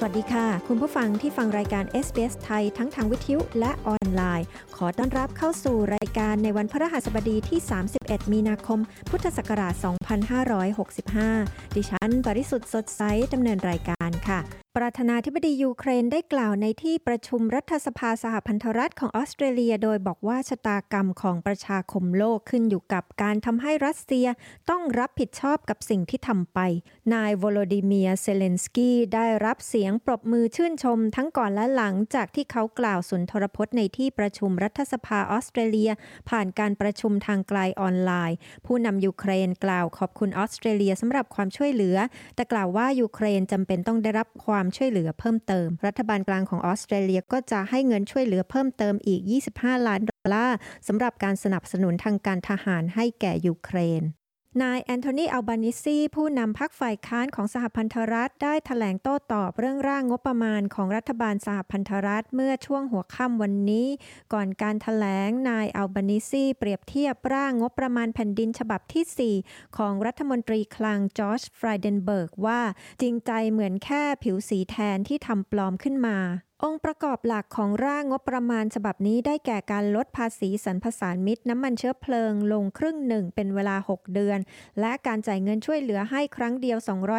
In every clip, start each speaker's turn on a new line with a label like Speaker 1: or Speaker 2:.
Speaker 1: วัสดีค่ะคุณผู้ฟังที่ฟังรายการ SBS ไทยทั้งทางวิทยุและออนไลน์ขอต้อนรับเข้าสู่รายการในวันพฤหัสบดีที่31มีนาคมพุทธศักราช2565ดิฉันบริสุทธิ์สดใสดำเนินรายการค่ะประธานาธิบดียูเครนได้กล่าวในที่ประชุมรัฐสภาสหพันธรัฐของออสเตรเลียโดยบอกว่าชะตากรรมของประชาคมโลกขึ้นอยู่กับการทำให้รัสเซียต้องรับผิดชอบกับสิ่งที่ทำไปนายโวโลดิเมียร์เซเลนสกี้ได้รับเสียงปรบมือชื่นชมทั้งก่อนและหลังจากที่เขากล่าวสุนทรพจน์ในที่ประชุมรัฐสภาออสเตรเลียผ่านการประชุมทางไกลออนไลน์ผู้นำยูเครนกล่าวขอบคุณออสเตรเลียสำหรับความช่วยเหลือแต่กล่าวว่ายูเครนจำเป็นต้องได้รับความช่วยเหลือเพิ่มเติมรัฐบาลกลางของออสเตรเลียก็จะให้เงินช่วยเหลือเพิ่มเติมอีก$25 ล้านสำหรับการสนับสนุนทางการทหารให้แก่ยูเครนนายแอนโทนี อัลบานิซีผู้นำพรรคฝ่ายค้านของสหพันธรัฐได้แถลงโต้ตอบเรื่องร่างงบประมาณของรัฐบาลสหพันธรัฐเมื่อช่วงหัวค่ำวันนี้ก่อนการแถลงนายอัลบานิซีเปรียบเทียบร่างงบประมาณแผ่นดินฉบับที่4ของรัฐมนตรีคลังจอร์จ ฟรายเดนเบิร์กว่าจริงใจเหมือนแค่ผิวสีแทนที่ทำปลอมขึ้นมาองค์ประกอบหลักของร่างงบประมาณฉบับนี้ได้แก่การลดภาษีสรรพสานมิตน้ำมันเชื้อเพลิงลงครึ่งหนึ่งเป็นเวลา6 เดือนและการจ่ายเงินช่วยเหลือให้ครั้งเดียว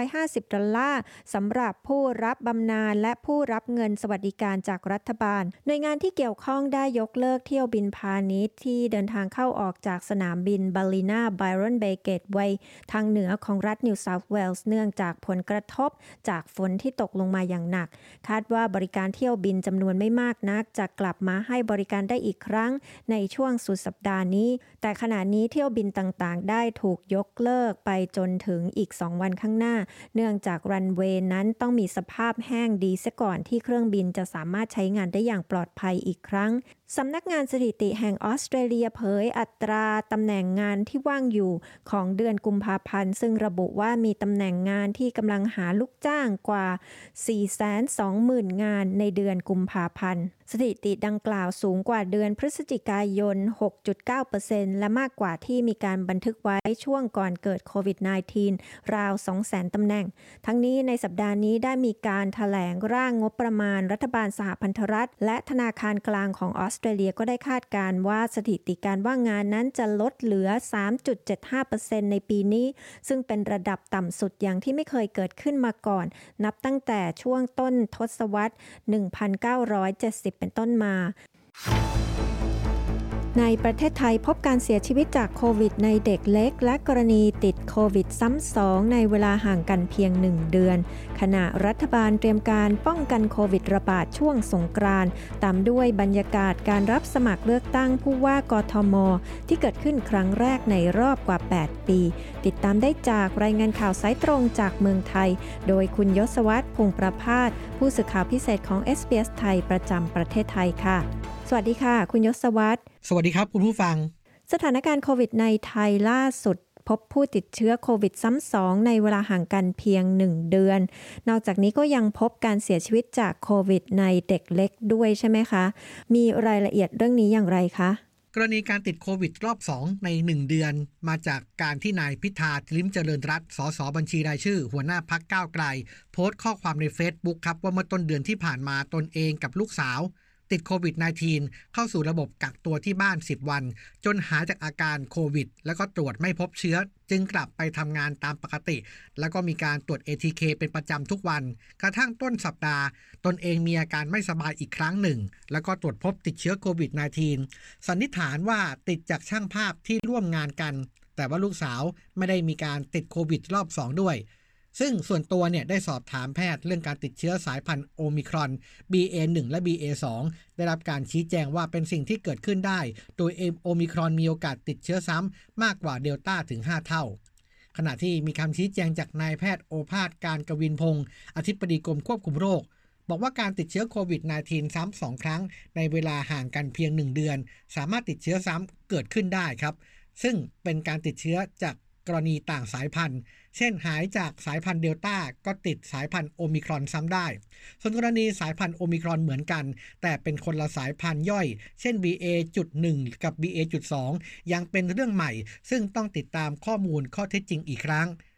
Speaker 1: $250สำหรับผู้รับบำนาญและผู้รับเงินสวัสดิการจากรัฐบาลหน่วยงานที่เกี่ยวข้องได้ยกเลิกเที่ยวบินพาณิชย์ที่เดินทางเข้าออกจากสนามบินบาลีนาไบรอนเบย์เกตเวย์ทางเหนือของรัฐนิวเซาท์เวลส์เนื่องจากผลกระทบจากฝนที่ตกลงมาอย่างหนักคาดว่าบริการเที่ยวบินจำนวนไม่มากนักจะกลับมาให้บริการได้อีกครั้งในช่วงสุดสัปดาห์นี้แต่ขณะนี้เที่ยวบินต่างๆได้ถูกยกเลิกไปจนถึงอีก2 วันข้างหน้าเนื่องจากรันเวย์นั้นต้องมีสภาพแห้งดีซะก่อนที่เครื่องบินจะสามารถใช้งานได้อย่างปลอดภัยอีกครั้งสำนักงานสถิติแห่งออสเตรเลียเผยอัตราตำแหน่งงานที่ว่างอยู่ของเดือนกุมภาพันธ์ซึ่งระบุว่ามีตำแหน่งงานที่กำลังหาลูกจ้างกว่า 420,000 งานในเดือนกุมภาพันธ์สถิติดังกล่าวสูงกว่าเดือนพฤศจิกายน 6.9% และมากกว่าที่มีการบันทึกไว้ช่วงก่อนเกิดโควิด -19 ราว 200,000 ตำแหน่งทั้งนี้ในสัปดาห์นี้ได้มีการแถลงร่างงบประมาณรัฐบาลสหพันธรัฐและธนาคารกลางของออสเตรเลียก็ได้คาดการณ์ว่าสถิติการว่างงานนั้นจะลดเหลือ 3.75% ในปีนี้ซึ่งเป็นระดับต่ำสุดอย่างที่ไม่เคยเกิดขึ้นมาก่อนนับตั้งแต่ช่วงต้นทศวรรษ 1970 เป็นต้นมาในประเทศไทยพบการเสียชีวิตจากโควิดในเด็กเล็กและกรณีติดโควิดซ้ำ2ในเวลาห่างกันเพียง1 เดือนขณะรัฐบาลเตรียมการป้องกันโควิดระบาดช่วงสงกรานต์ตามด้วยบรรยากาศการรับสมัครเลือกตั้งผู้ว่ากทม.ที่เกิดขึ้นครั้งแรกในรอบกว่า8 ปีติดตามได้จากรายงานข่าวสายตรงจากเมืองไทยโดยคุณยศวัฒน์ พงษ์ประภาสผู้สื่อข่าวพิเศษของ SBS ไทยประจำประเทศไทยค่ะสวัสดีค่ะคุณยศวัฒน์
Speaker 2: สวัสดีครับคุณผู้ฟัง
Speaker 1: สถานการณ์โควิดในไทยล่าสุดพบผู้ติดเชื้อโควิดซ้ำ2ในเวลาห่างกันเพียง1 เดือนนอกจากนี้ก็ยังพบการเสียชีวิตจากโควิดในเด็กเล็กด้วยใช่ไหมคะมีรายละเอียดเรื่องนี้อย่างไรคะ
Speaker 2: กรณีการติดโควิดรอบ2ใน1 เดือนมาจากการที่นายพิธา ลิ้มเจริญรัตน์สสบัญชีรายชื่อหัวหน้าพรรคก้าวไกลโพสต์ข้อความใน Facebook ครับว่าเมื่อต้นเดือนที่ผ่านมาตนเองกับลูกสาวติดโควิด -19 เข้าสู่ระบบกักตัวที่บ้าน10 วันจนหายจากอาการโควิดแล้วก็ตรวจไม่พบเชื้อจึงกลับไปทำงานตามปกติแล้วก็มีการตรวจ ATK เป็นประจำทุกวันกระทั่งต้นสัปดาห์ตนเองมีอาการไม่สบายอีกครั้งหนึ่งแล้วก็ตรวจพบติดเชื้อโควิด -19 สันนิษฐานว่าติดจากช่างภาพที่ร่วมงานกันแต่ว่าลูกสาวไม่ได้มีการติดโควิดรอบ2ด้วยซึ่งส่วนตัวเนี่ยได้สอบถามแพทย์เรื่องการติดเชื้อสายพันธุ์โอมิครอน BA1 และ BA2 ได้รับการชี้แจงว่าเป็นสิ่งที่เกิดขึ้นได้โดยโอมิครอนมีโอกาสติดเชื้อซ้ำมากกว่าเดลต้าถึง5 เท่าขณะที่มีคำชี้แจงจากนายแพทย์โอภาสการกวินพงศ์อธิบดีกรมควบคุมโรคบอกว่าการติดเชื้อโควิด -19 ซ้ำ2 ครั้งในเวลาห่างกันเพียง1 เดือนสามารถติดเชื้อซ้ำเกิดขึ้นได้ครับซึ่งเป็นการติดเชื้อจากกรณีต่างสายพันธุ์เช่นหายจากสายพันธุ์เดลต้าก็ติดสายพันธุ์โอมิครอนซ้ำได้ส่วนกรณีสายพันธุ์โอมิครอนเหมือนกันแต่เป็นคนละสายพันธุ์ย่อยเช่น BA.1 กับ BA.2 ยังเป็นเรื่องใหม่ซึ่งต้องติดตามข้อมูลข้อเท็จจริงอีกครั้ง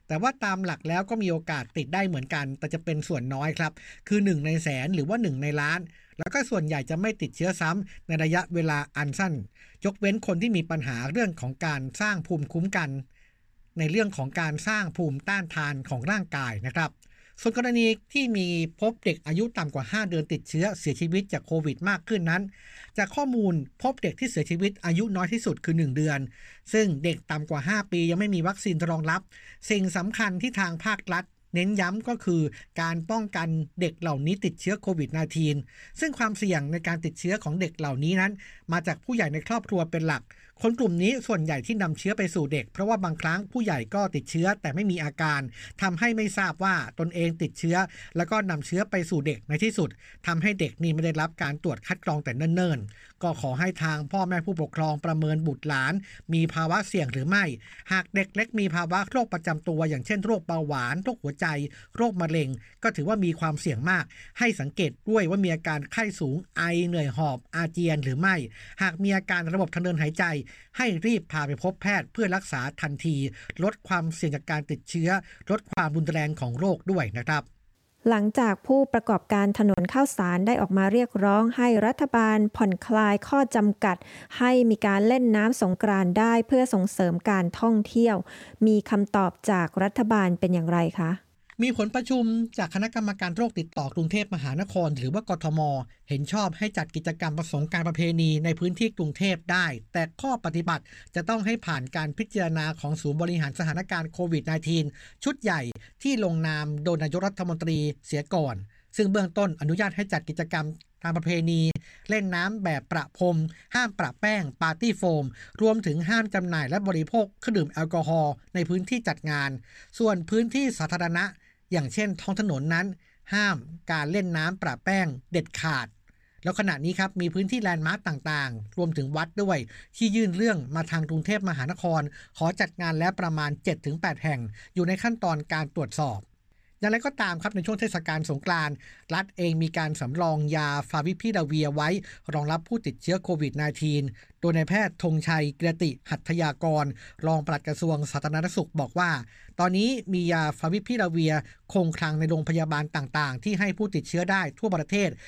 Speaker 2: แต่ว่าตามหลักแล้วก็มีโอกาสติดได้เหมือนกันแต่จะเป็นส่วนน้อยครับคือ1ในแสนหรือว่า1ในล้านแล้วก็ส่วนใหญ่จะไม่ติดเชื้อซ้ำในระยะเวลาอันสั้นยกเว้นคนที่มีปัญหาเรื่องของการสร้างภูมิคุ้มกันในเรื่องของการสร้างภูมิต้านทานของร่างกายนะครับส่วนกรณีที่มีพบเด็กอายุต่ำกว่า5เดือนติดเชื้อเสียชีวิตจากโควิดมากขึ้นนั้นจากข้อมูลพบเด็กที่เสียชีวิตอายุน้อยที่สุดคือ1เดือนซึ่งเด็กต่ำกว่า5ปียังไม่มีวัคซีนรองรับสิ่งสำคัญที่ทางภาครัฐเน้นย้ำก็คือการป้องกันเด็กเหล่านี้ติดเชื้อโควิด -19 ซึ่งความเสี่ยงในการติดเชื้อของเด็กเหล่านี้นั้นมาจากผู้ใหญ่ในครอบครัวเป็นหลักคนกลุ่มนี้ส่วนใหญ่ที่นำเชื้อไปสู่เด็กเพราะว่าบางครั้งผู้ใหญ่ก็ติดเชื้อแต่ไม่มีอาการทำให้ไม่ทราบว่าตนเองติดเชื้อแล้วก็นำเชื้อไปสู่เด็กในที่สุดทำให้เด็กนี่ไม่ได้รับการตรวจคัดกรองแต่เนิ่นๆก็ขอให้ทางพ่อแม่ผู้ปกครองประเมินบุตรหลานมีภาวะเสี่ยงหรือไม่หากเด็กเล็กมีภาวะโรคประจำตัวอย่างเช่นโรคเบาหวานโรคหัวใจโรคมะเร็งก็ถือว่ามีความเสี่ยงมากให้สังเกตด้วยว่ามีอาการไข้สูงไอเหนื่อยหอบอาเจียนหรือไม่หากมีอาการระบบทางเดินหายใจให้รีบพาไปพบแพทย์เพื่อรักษาทันทีลดความเสี่ยงจากการติดเชื้อลดความรุนแรงของโรคด้วยนะครับ
Speaker 1: หลังจากผู้ประกอบการถนนข้าวสารได้ออกมาเรียกร้องให้รัฐบาลผ่อนคลายข้อจำกัดให้มีการเล่นน้ำสงกรานต์ได้เพื่อส่งเสริมการท่องเที่ยวมีคำตอบจากรัฐบาลเป็นอย่างไรคะ
Speaker 2: มีผลประชุมจากคณะกรรมการโรคติดต่อกรุงเทพมหานครหรือว่ากทม.เห็นชอบให้จัดกิจกรรมสงกรานต์ประเพณีในพื้นที่กรุงเทพได้แต่ข้อปฏิบัติจะต้องให้ผ่านการพิจารณาของศูนย์บริหารสถานการณ์โควิด -19 ชุดใหญ่ที่ลงนามโดยนายกรัฐมนตรีเสียก่อนซึ่งเบื้องต้นอนุญาตให้จัดกิจกรรมตามประเพณีเล่นน้ำแบบประพรมห้ามประแป้งปาร์ตี้โฟมรวมถึงห้ามจำหน่ายและบริโภคเครื่องดื่มแอลกอฮอล์ในพื้นที่จัดงานส่วนพื้นที่สาธารณะอย่างเช่นท้องถนนนั้นห้ามการเล่นน้ำประแป้งเด็ดขาดแล้วขณะนี้ครับมีพื้นที่แลนด์มาร์คต่างๆรวมถึงวัดด้วยที่ยื่นเรื่องมาทางกรุงเทพมหานครขอจัดงานแล้วประมาณ 7-8 แห่งอยู่ในขั้นตอนการตรวจสอบอย่างไรก็ตามครับในช่วงเทศกาลสงกรานต์รัฐเองมีการสำรองยาฟาวิพิราเวียไว้รองรับผู้ติดเชื้อโควิด -19 โดยนายแพทย์ธงชัยเกียรติหัตถยากรรองปลัดกระทรวงสาธารณสุขบอกว่าตอนนี้มียาฟาวิพิราเวียคงคลังในโรงพยาบาลต่างๆที่ให้ผู้ติดเชื้อได้ทั่วประเทศ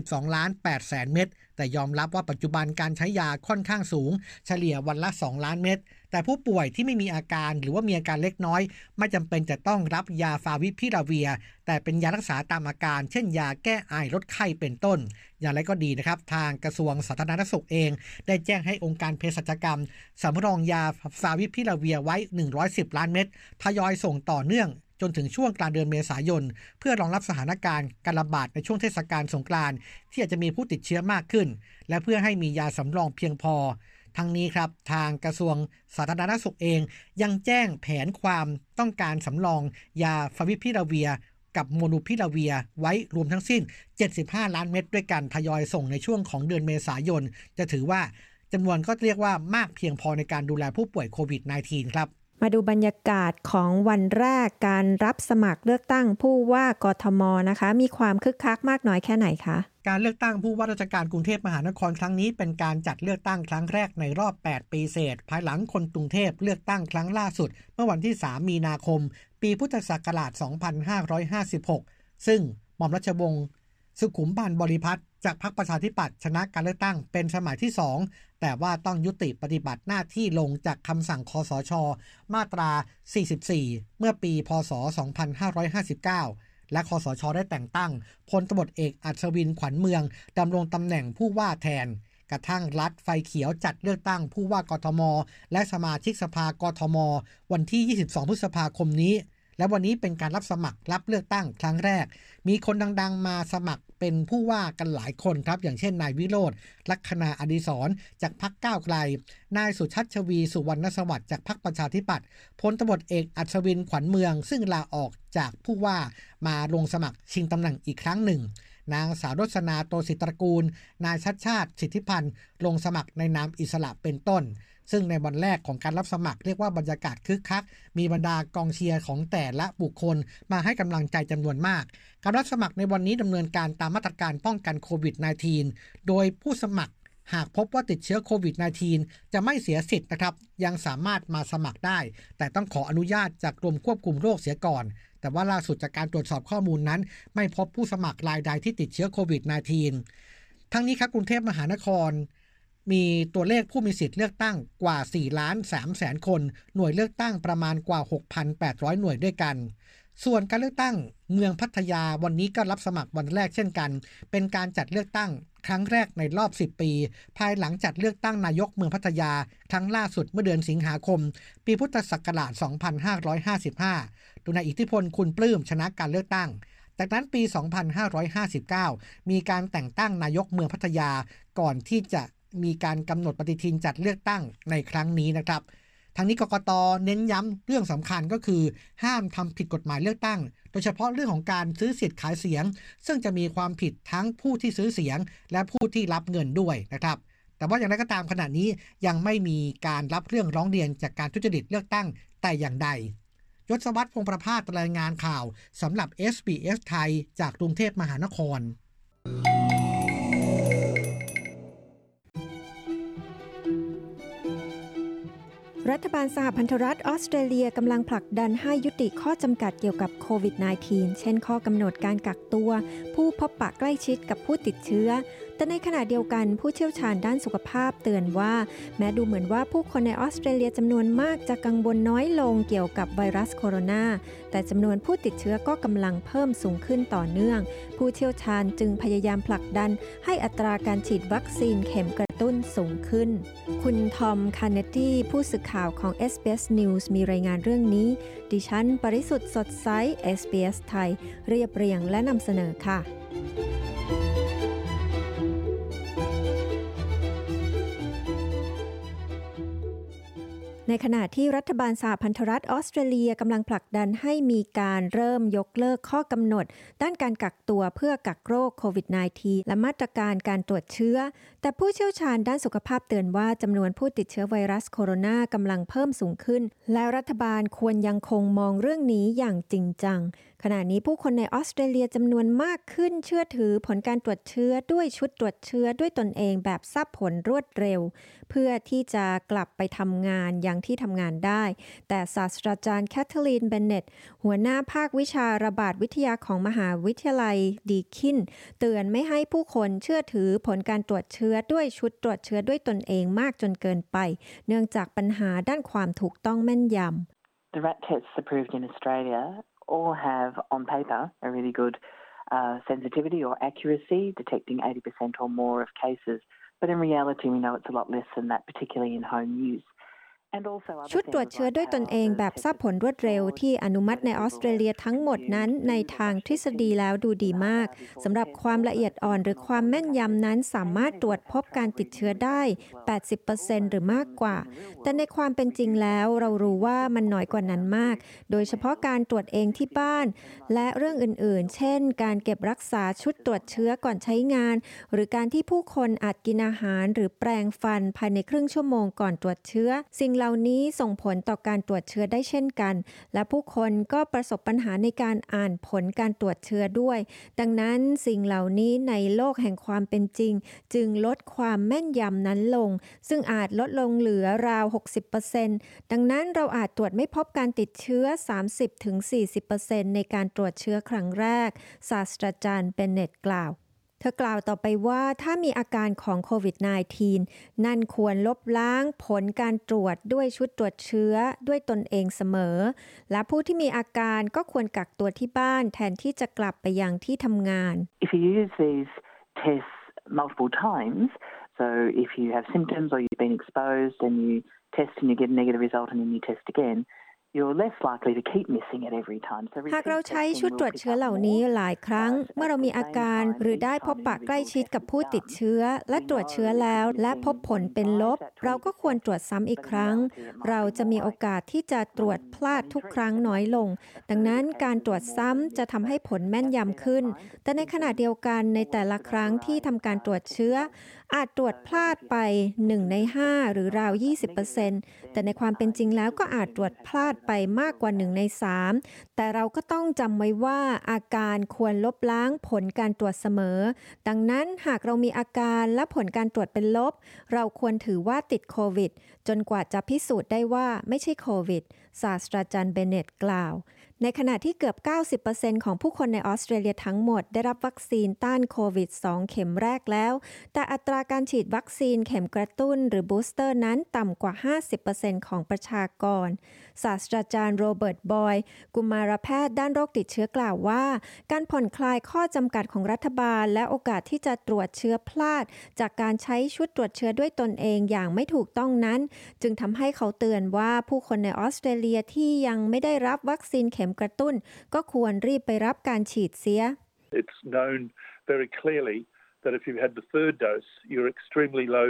Speaker 2: 22.8 ล้านเม็ดแต่ยอมรับว่าปัจจุบันการใช้ยาค่อนข้างสูงเฉลี่ยวันละ 2 ล้านเม็ดแต่ผู้ป่วยที่ไม่มีอาการหรือว่ามีอาการเล็กน้อยไม่จำเป็นจะต้องรับยาฟาวิพิราเวียแต่เป็นยารักษาตามอาการเช่นยาแก้ไอลดไข้เป็นต้นอย่างไรก็ดีนะครับทางกระทรวงสาธารณสุขเองได้แจ้งให้องค์การเภสัชกรรมสำรองยาฟาวิพิราเวียไว้110 ล้านเม็ดทยอยส่งต่อเนื่องจนถึงช่วงกลางเดือนเมษายนเพื่อรองรับสถานการณ์การระบาดในช่วงเทศกาลสงกรานต์ที่อาจจะมีผู้ติดเชื้อมากขึ้นและเพื่อให้มียาสำรองเพียงพอทั้งนี้ครับทางกระทรวงสาธารณสุขเองยังแจ้งแผนความต้องการสำรองยาฟาวิพิราเวียกับโมนูพิราเวียไว้รวมทั้งสิ้น75 ล้านเม็ดด้วยกันทยอยส่งในช่วงของเดือนเมษายนจะถือว่าจำนวนก็เรียกว่ามากเพียงพอในการดูแลผู้ป่วยโควิด -19 ครับ
Speaker 1: มาดูบรรยากาศของวันแรกการรับสมัครเลือกตั้งผู้ว่ากทม.นะคะมีความคึกคักมากน้อยแค่ไหนคะ
Speaker 2: การเลือกตั้งผู้ว่าราชการกรุงเทพมหานครครั้งนี้เป็นการจัดเลือกตั้งครั้งแรกในรอบ8 ปีเศษภายหลังคนกรุงเทพเลือกตั้งครั้งล่าสุดเมื่อวันที่3 มีนาคมปีพุทธศักราช 2556 ซึ่งหม่อมราชวงศ์สุขุมพันธ์บริพัตรจากพรรคประชาธิปัตย์ชนะการเลือกตั้งเป็นสมัยที่ 2แต่ว่าต้องยุติปฏิบัติหน้าที่ลงจากคำสั่งคสช.มาตรา 44 เมื่อปีพ.ศ. 2559และคสช.ได้แต่งตั้งพลตบเอกอัศวินขวัญเมืองดำรงตำแหน่งผู้ว่าแทนกระทั่งรัฐไฟเขียวจัดเลือกตั้งผู้ว่ากทม.และสมาชิกสภากทม.วันที่ 22 พฤษภาคมนี้และวันนี้เป็นการรับสมัครรับเลือกตั้งครั้งแรกมีคนดังๆมาสมัครเป็นผู้ว่ากันหลายคนครับอย่างเช่นนายวิโรจน์ลัคนาอดิศรจากพรรคก้าวไกลนายสุชัชวีสุวรรณสวัสดิ์จากพรรคประชาธิปัตย์พลตบเอกอัศวินขวัญเมืองซึ่งลาออกจากผู้ว่ามาลงสมัครชิงตำแหน่งอีกครั้งหนึ่งนางสาวรสนาโตศิตรกูลนายชัชชาติสิทธิพันธ์ลงสมัครในนามอิสระเป็นต้นซึ่งในวันแรกของการรับสมัครเรียกว่าบรรยากาศคึกคักมีบรรดากองเชียร์ของแต่ละบุคคลมาให้กำลังใจจำนวนมากการรับสมัครในวันนี้ดำเนินการตามมาตรการป้องกันโควิด -19 โดยผู้สมัครหากพบว่าติดเชื้อโควิด -19 จะไม่เสียสิทธิ์นะครับยังสามารถมาสมัครได้แต่ต้องขออนุญาตจากกรมควบคุมโรคเสียก่อนแต่ว่าล่าสุดจากการตรวจสอบข้อมูลนั้นไม่พบผู้สมัครรายใดที่ติดเชื้อโควิด -19 ทั้งนี้ครับกรุงเทพมหานครมีตัวเลขผู้มีสิทธิ์เลือกตั้งกว่า 4,300,000 คนหน่วยเลือกตั้งประมาณกว่า 6,800 หน่วยด้วยกันส่วนการเลือกตั้งเมืองพัทยาวันนี้ก็รับสมัครวันแรกเช่นกันเป็นการจัดเลือกตั้งครั้งแรกในรอบ10 ปีภายหลังจัดเลือกตั้งนายกเมืองพัทยาครั้งล่าสุดเมื่อเดือนสิงหาคมปีพุทธศักราช 2555 โดยนายอิทธิพลคุณปลื้มชนะการเลือกตั้งจากนั้นปี 2559 มีการแต่งตั้งนายกเมืองพัทยาก่อนที่จะมีการกำหนดปฏิทินจัดเลือกตั้งในครั้งนี้นะครับทางนี้กกต.เน้นย้ำเรื่องสำคัญก็คือห้ามทำผิดกฎหมายเลือกตั้งโดยเฉพาะเรื่องของการซื้อสิทธิ์ขายเสียงซึ่งจะมีความผิดทั้งผู้ที่ซื้อเสียงและผู้ที่รับเงินด้วยนะครับแต่ว่าอย่างไรก็ตามขณะนี้ยังไม่มีการรับเรื่องร้องเรียนจากการทุจริตเลือกตั้งแต่อย่างใดยศวัฒน์ พงษ์ประภาสรายงานข่าวสำหรับ SBS ไทยจากกรุงเทพมหานคร
Speaker 1: รัฐบาลสหพันธรัฐออสเตรเลียกำลังผลักดันให้ยุติข้อจำกัดเกี่ยวกับโควิด -19 เช่นข้อกำหนดการกักตัวผู้พบปะใกล้ชิดกับผู้ติดเชื้อแต่ในขณะเดียวกันผู้เชี่ยวชาญด้านสุขภาพเตือนว่าแม้ดูเหมือนว่าผู้คนในออสเตรเลียจำนวนมากจะกังวลน้อยลงเกี่ยวกับไวรัสโคโรนาแต่จำนวนผู้ติดเชื้อก็กำลังเพิ่มสูงขึ้นต่อเนื่องผู้เชี่ยวชาญจึงพยายามผลักดันให้อัตราการฉีดวัคซีนเข็มกระตุ้นสูงขึ้นคุณทอม คาร์เนตตี้ผู้สื่อข่าวของ SBS News มีรายงานเรื่องนี้ดิฉันปริสุทธิ์สดใส SBS ไทยเรียบเรียงและนำเสนอค่ะในขณะที่รัฐบาลสหพันธรัฐออสเตรเลียกำลังผลักดันให้มีการเริ่มยกเลิกข้อกำหนดด้านการกักตัวเพื่อกักโรคโควิด -19 และมาตรการการตรวจเชื้อแต่ผู้เชี่ยวชาญด้านสุขภาพเตือนว่าจำนวนผู้ติดเชื้อไวรัสโคโรนากำลังเพิ่มสูงขึ้นและรัฐบาลควรยังคงมองเรื่องนี้อย่างจริงจังขณะนี้ผู้คนในออสเตรเลียจำนวนมากขึ้นเชื่อถือผลการตรวจเชื้อด้วยชุดตรวจเชื้อด้วยตนเองแบบทราบผลรวดเร็วเพื่อที่จะกลับไปทำงานอย่างที่ทำงานได้แต่ศาสตราจารย์แคทเธอรีน เบนเน็ตหัวหน้าภาควิชาระบาดวิทยาของมหาวิทยาลัยดีคินเตือนไม่ให้ผู้คนเชื่อถือผลการตรวจเชื้อด้วยชุดตรวจเชื้อด้วยตนเองมากจนเกินไปเนื่องจากปัญหาด้านความถูกต้องแม่นยำ
Speaker 3: The RAT tests approved in Australia all have on paper a really good sensitivity or accuracy detecting 80% or more of cases but in reality we know it's a lot less than that particularly in home useชุดตรวจเชื้อด้วยตนเองแบบทราบผลรวดเร็วที่อนุมัติในออสเตรเลียทั้งหมดนั้นในทางทฤษฎีแล้วดูดีมากสำหรับความละเอียดอ่อนหรือความแม่นยำนั้นสามารถตรวจพบการติดเชื้อได้ 80% หรือมากกว่าแต่ในความเป็นจริงแล้วเรารู้ว่ามันน้อยกว่านั้นมากโดยเฉพาะการตรวจเองที่บ้านและเรื่องอื่นๆเช่นการเก็บรักษาชุดตรวจเชื้อก่อนใช้งานหรือการที่ผู้คนอาจกินอาหารหรือแปรงฟันภายในครึ่งชั่วโมงก่อนตรวจเชื้อสิ่งเหล่านี้ส่งผลต่อการตรวจเชื้อได้เช่นกันและผู้คนก็ประสบปัญหาในการอ่านผลการตรวจเชื้อด้วยดังนั้นสิ่งเหล่านี้ในโลกแห่งความเป็นจริงจึงลดความแม่นยำนั้นลงซึ่งอาจลดลงเหลือราว 60% ดังนั้นเราอาจตรวจไม่พบการติดเชื้อ 30-40% ในการตรวจเชื้อครั้งแรกศาสตราจารย์เบนเน็ตกล่าวเธอกล่าวต่อไปว่าถ้ามีอาการของโควิด -19 นั่นควรลบล้างผลการตรวจด้วยชุดตรวจเชื้อด้วยตนเองเสมอและผู้ที่มีอาการก็ควรกักตัวที่บ้านแทนที่จะกลับไปยังที่ทำงาน If you use these tests multiple times, so if you have symptoms or you've been exposed and you test and you get a negative result and then you test again,you're less likely to keep missing it every time.
Speaker 1: หากเราใช้ชุดตรวจเชื้อเหล่านี้หลายครั้งเมื่อเรามีอาการหรือได้พบปะใกล้ชิดกับผู้ติดเชื้อและตรวจเชื้อแล้วและพบผลเป็นลบเราก็ควรตรวจซ้ำอีกครั้งเราจะมีโอกาสที่จะตรวจพลาดทุกครั้งน้อยลงดังนั้นการตรวจซ้ำจะทำให้ผลแม่นยำขึ้นแต่ในขณะเดียวกันในแต่ละครั้งที่ทำการตรวจเชื้ออาจตรวจพลาดไป1ใน5หรือราว 20% แต่ในความเป็นจริงแล้วก็อาจตรวจพลาดไปมากกว่า1ใน3แต่เราก็ต้องจำไว้ว่าอาการควรลบล้างผลการตรวจเสมอดังนั้นหากเรามีอาการและผลการตรวจเป็นลบเราควรถือว่าติดโควิดจนกว่าจะพิสูจน์ได้ว่าไม่ใช่โควิดศาสตราจารย์เบเน็ตกล่าวในขณะที่เกือบ 90% ของผู้คนในออสเตรเลียทั้งหมดได้รับวัคซีนต้านโควิด2เข็มแรกแล้วแต่อัตราการฉีดวัคซีนเข็มกระตุ้นหรือบูสเตอร์นั้นต่ำกว่า 50% ของประชากรศาสตราจารย์โรเบิร์ตบอยกุมารแพทย์ด้านโรคติดเชื้อกล่าวว่าการผ่อนคลายข้อจำกัดของรัฐบาลและโอกาสที่จะตรวจเชื้อพลาดจากการใช้ชุดตรวจเชื้อด้วยตนเองอย่างไม่ถูกต้องนั้นจึงทำให้เขาเตือนว่าผู้คนในออสเตรเลียที่ยังไม่ได้รับวัคซีนเข็มกระตุ้นก็ควรรีบไปรับการฉีดเสีย
Speaker 4: It's known very clearly that if you've had the third dose, you're extremely low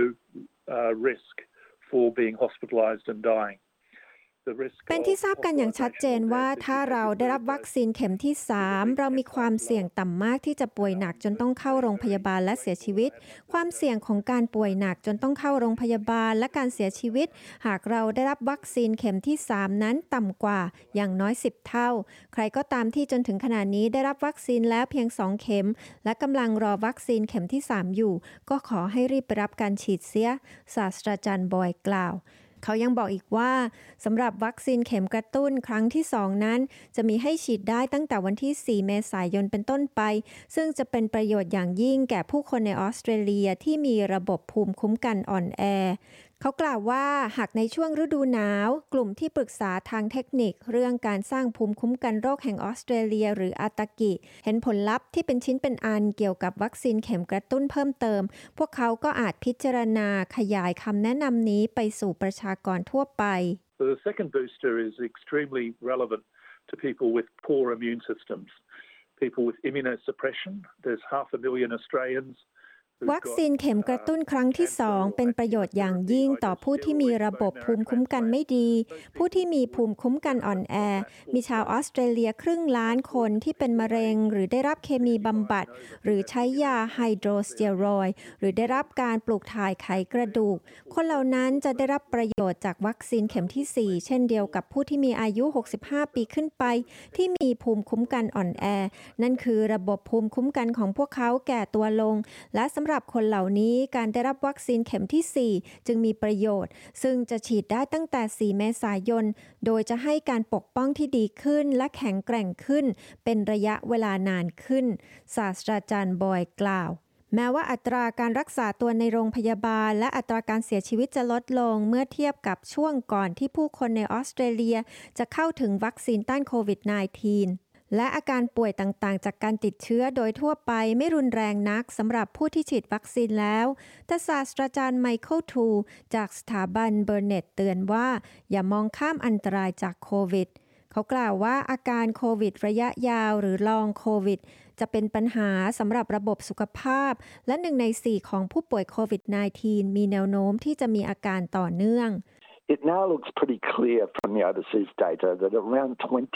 Speaker 4: risk for being hospitalised and dying.
Speaker 1: เป็นที่ทราบกันอย่างชัดเจนว่าถ้าเราได้รับวัคซีนเข็มที่3เรามีความเสี่ยงต่ำมากที่จะป่วยหนักจนต้องเข้าโรงพยาบาลและเสียชีวิตความเสี่ยงของการป่วยหนักจนต้องเข้าโรงพยาบาลและการเสียชีวิตหากเราได้รับวัคซีนเข็มที่3นั้นต่ำกว่าอย่างน้อย10เท่าใครก็ตามที่จนถึงขณะนี้ได้รับวัคซีนแล้วเพียง2เข็มและกำลังรอวัคซีนเข็มที่3อยู่ก็ขอให้รีบไปรับการฉีดเสียศาสตราจารย์บอยกล่าวเขายังบอกอีกว่าสำหรับวัคซีนเข็มกระตุ้นครั้งที่2นั้นจะมีให้ฉีดได้ตั้งแต่วันที่4เมษายนเป็นต้นไปซึ่งจะเป็นประโยชน์อย่างยิ่งแก่ผู้คนในออสเตรเลียที่มีระบบภูมิคุ้มกันอ่อนแอเขากล่าวว่าหากในช่วงฤดูหนาวกลุ่มที่ปรึกษาทางเทคนิคเรื่องการสร้างภูมิคุ้มกันโรคแห่งออสเตรเลียหรืออาตากิเห็นผลลัพธ์ที่เป็นชิ้นเป็นอันเกี่ยวกับวัคซีนเข็มกระตุ้นเพิ่มเติมพวกเขาก็อาจพิจารณาขยายคำแนะนำนี้ไปสู่ประชากรทั่วไป
Speaker 4: The second booster is extremely relevant to people with poor immune systems, people with immunosuppression. There's 500,000 Australians
Speaker 1: วัคซีนเข็มกระตุ้นครั้งที่2เป็นประโยชน์อย่างยิ่งต่อผู้ที่มีระบบภูมิคุ้มกันไม่ดีผู้ที่มีภูมิคุ้มกันอ่อนแอมีชาวออสเตรเลียครึ่งล้านคนที่เป็นมะเร็งหรือได้รับเคมีบำบัดหรือใช้ยาไฮโดรสเตียรอยด์หรือได้รับการปลูกถ่ายไขกระดูกคนเหล่านั้นจะได้รับประโยชน์จากวัคซีนเข็มที่4เช่นเดียวกับผู้ที่มีอายุ65ปีขึ้นไปที่มีภูมิคุ้มกันอ่อนแอนั่นคือระบบภูมิคุ้มกันของพวกเขาแก่ตัวลงและสำหรับคนเหล่านี้การได้รับวัคซีนเข็มที่4จึงมีประโยชน์ซึ่งจะฉีดได้ตั้งแต่4เมษายนโดยจะให้การปกป้องที่ดีขึ้นและแข็งแกร่งขึ้นเป็นระยะเวลานานขึ้นศาสตราจารย์บอยกล่าวแม้ว่าอัตราการรักษาตัวในโรงพยาบาลและอัตราการเสียชีวิตจะลดลงเมื่อเทียบกับช่วงก่อนที่ผู้คนในออสเตรเลียจะเข้าถึงวัคซีนต้านโควิด -19และอาการป่วยต่างๆจากการติดเชื้อโดยทั่วไปไม่รุนแรงนักสำหรับผู้ที่ฉีดวัคซีนแล้วแต่ศาสตราจารย์ไมเคิลทูจากสถาบันเบอร์เน็ตเตือนว่าอย่ามองข้ามอันตรายจากโควิดเขากล่าวว่าอาการโควิดระยะยาวหรือลองโควิดจะเป็นปัญหาสำหรับระบบสุขภาพและ1ใน4ของผู้ป่วยโควิด -19 มีแนวโน้มที่จะมีอาการต่อเนื่อง
Speaker 5: It now looks pretty clear from the overseas data that around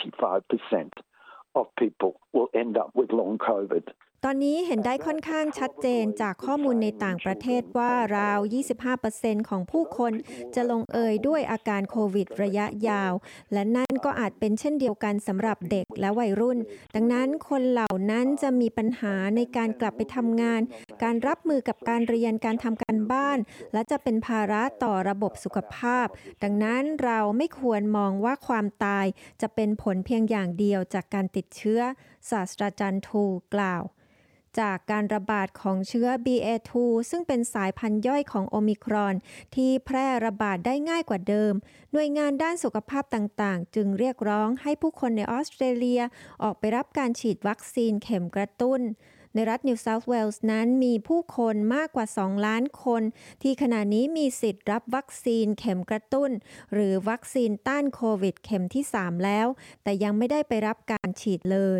Speaker 5: 25% of people will end up with long COVID.
Speaker 1: ตอนนี้เห็นได้ค่อนข้างชัดเจนจากข้อมูลในต่างประเทศว่าราว 25% ของผู้คนจะลงเอยด้วยอาการโควิดระยะยาวและนั่นก็อาจเป็นเช่นเดียวกันสำหรับเด็กและวัยรุ่นดังนั้นคนเหล่านั้นจะมีปัญหาในการกลับไปทำงานการรับมือกับการเรียนการทำการบ้านและจะเป็นภาระต่อระบบสุขภาพดังนั้นเราไม่ควรมองว่าความตายจะเป็นผลเพียงอย่างเดียวจากการติดเชื้อศาสตราจารย์ทูกล่าวจากการระบาดของเชื้อ BA.2 ซึ่งเป็นสายพันธุ์ย่อยของโอมิครอนที่แพร่ระบาดได้ง่ายกว่าเดิมหน่วยงานด้านสุขภาพต่างๆจึงเรียกร้องให้ผู้คนในออสเตรเลียออกไปรับการฉีดวัคซีนเข็มกระตุ้นในรัฐนิวเซาท์เวลส์นั้นมีผู้คนมากกว่า 2 ล้านคนที่ขณะนี้มีสิทธิ์รับวัคซีนเข็มกระตุ้นหรือวัคซีนต้านโควิดเข็มที่3แล้วแต่ยังไม่ได้ไปรับการฉีดเลย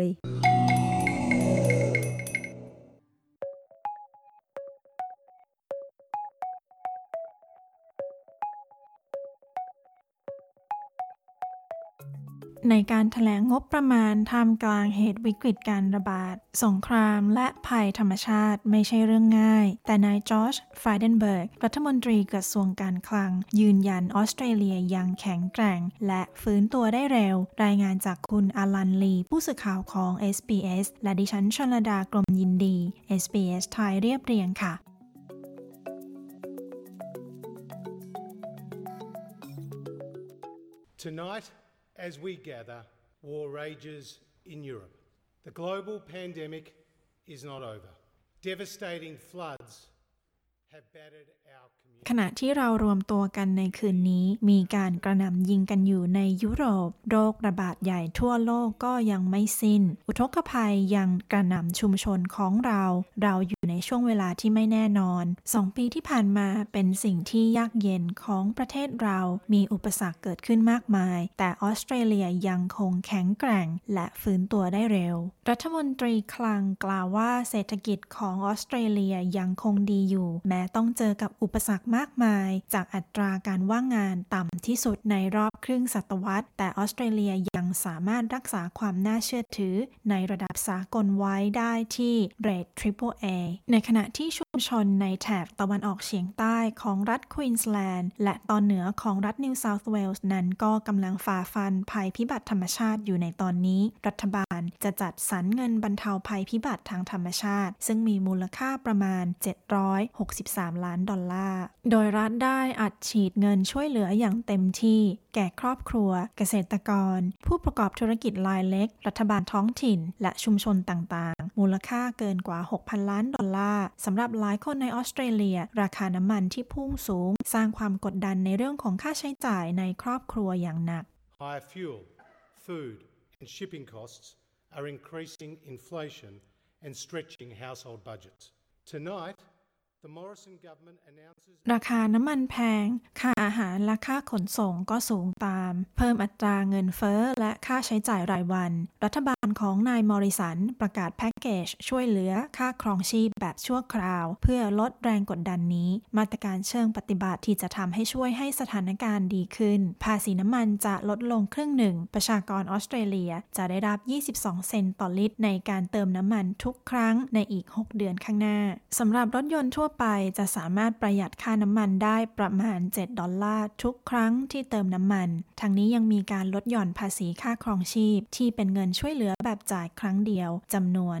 Speaker 6: ในการแถลงงบประมาณท่ามกลางเหตุวิกฤตการระบาดสงครามและภัยธรรมชาติไม่ใช่เรื่องง่ายแต่นายจอร์จ ไฟเดนเบิร์กรัฐมนตรีกระทรวงการคลังยืนยันออสเตรเลียยังแข็งแกร่งและฟื้นตัวได้เร็วรายงานจากคุณอาลันลีผู้สื่อข่าวของ SBS และดิฉันชลดากรมยินดี SBS ไทยเรียบเรียงค่ะ
Speaker 7: Tonight, as we gather, war rages in Europe. The global pandemic is not over. Devastating floods have battered our community.
Speaker 6: ขณะที่เรารวมตัวกันในคืนนี้มีการกระหน่ำยิงกันอยู่ในยุโรปโรคระบาดใหญ่ทั่วโลกก็ยังไม่สิ้นอุทกภัยยังกระหน่ำชุมชนของเราอยู่ในช่วงเวลาที่ไม่แน่นอน2 ปีที่ผ่านมาเป็นสิ่งที่ยากเย็นของประเทศเรามีอุปสรรคเกิดขึ้นมากมายแต่ออสเตรเลียยังคงแข็งแกร่งและฟื้นตัวได้เร็วรัฐมนตรีคลังกล่าวว่าเศรษฐกิจของออสเตรเลียยังคงดีอยู่แม้ต้องเจอกับอุปสรรคมากมายจากอัตราการว่างงานต่ำที่สุดในรอบครึ่งศตวรรษแต่ออสเตรเลียยังสามารถรักษาความน่าเชื่อถือในระดับสากลไว้ได้ที่เรท Triple A ในขณะที่ชุมชนในแถบตะวันออกเฉียงใต้ของรัฐควีนส์แลนด์และตอนเหนือของรัฐนิวเซาท์เวลส์นั้นก็กำลังฝ่าฟันภัยพิบัติธรรมชาติอยู่ในตอนนี้รัฐบาลจะจัดสรรเงินบรรเทาภัยพิบัติทางธรรมชาติซึ่งมีมูลค่าประมาณ763 ล้านดอลลาร์โดยรัฐได้อัดฉีดเงินช่วยเหลืออย่างเต็มที่แก่ครอบครัวเกษตรกรผู้ประกอบธุรกิจรายเล็กรัฐบาลท้องถิ่นและชุมชนต่างๆมูลค่าเกินกว่า 6,000 ล้านดอลลาร์สำหรับหลายคนในออสเตรเลียราคาน้ำมันที่พุ่งสูงสร้างความกดดันในเรื่องของค่าใช้จ่ายในครอบครัวอย่างหนัก
Speaker 7: Higher fuel, food and shipping costs are increasing inflation and stretching household budgets. Tonight, the Morrison government announces
Speaker 6: ราคาน้ำมันแพงค่าอาหารและค่าขนส่งก็สูงตามเพิ่มอัตราเงินเฟ้อและค่าใช้จ่ายรายวันรัฐบาลของนายมอริสันประกาศแพ็กเกจช่วยเหลือค่าครองชีพแบบชั่วคราวเพื่อลดแรงกดดันนี้มาตรการเชิงปฏิบัติที่จะทำให้ช่วยให้สถานการณ์ดีขึ้นภาษีน้ำมันจะลดลงครึ่งหนึ่งประชากรออสเตรเลียจะได้รับ22 เซนต์ต่อลิตรในการเติมน้ำมันทุกครั้งในอีก6 เดือนข้างหน้าสำหรับรถยนต์ทั่วไปจะสามารถประหยัดค่าน้ำมันได้ประมาณ$7ทุกครั้งที่เติมน้ำมันทั้งนี้ยังมีการลดหย่อนภาษีค่าครองชีพที่เป็นเงินช่วยเหลือแบบจ่ายครั้งเดียวจำนวน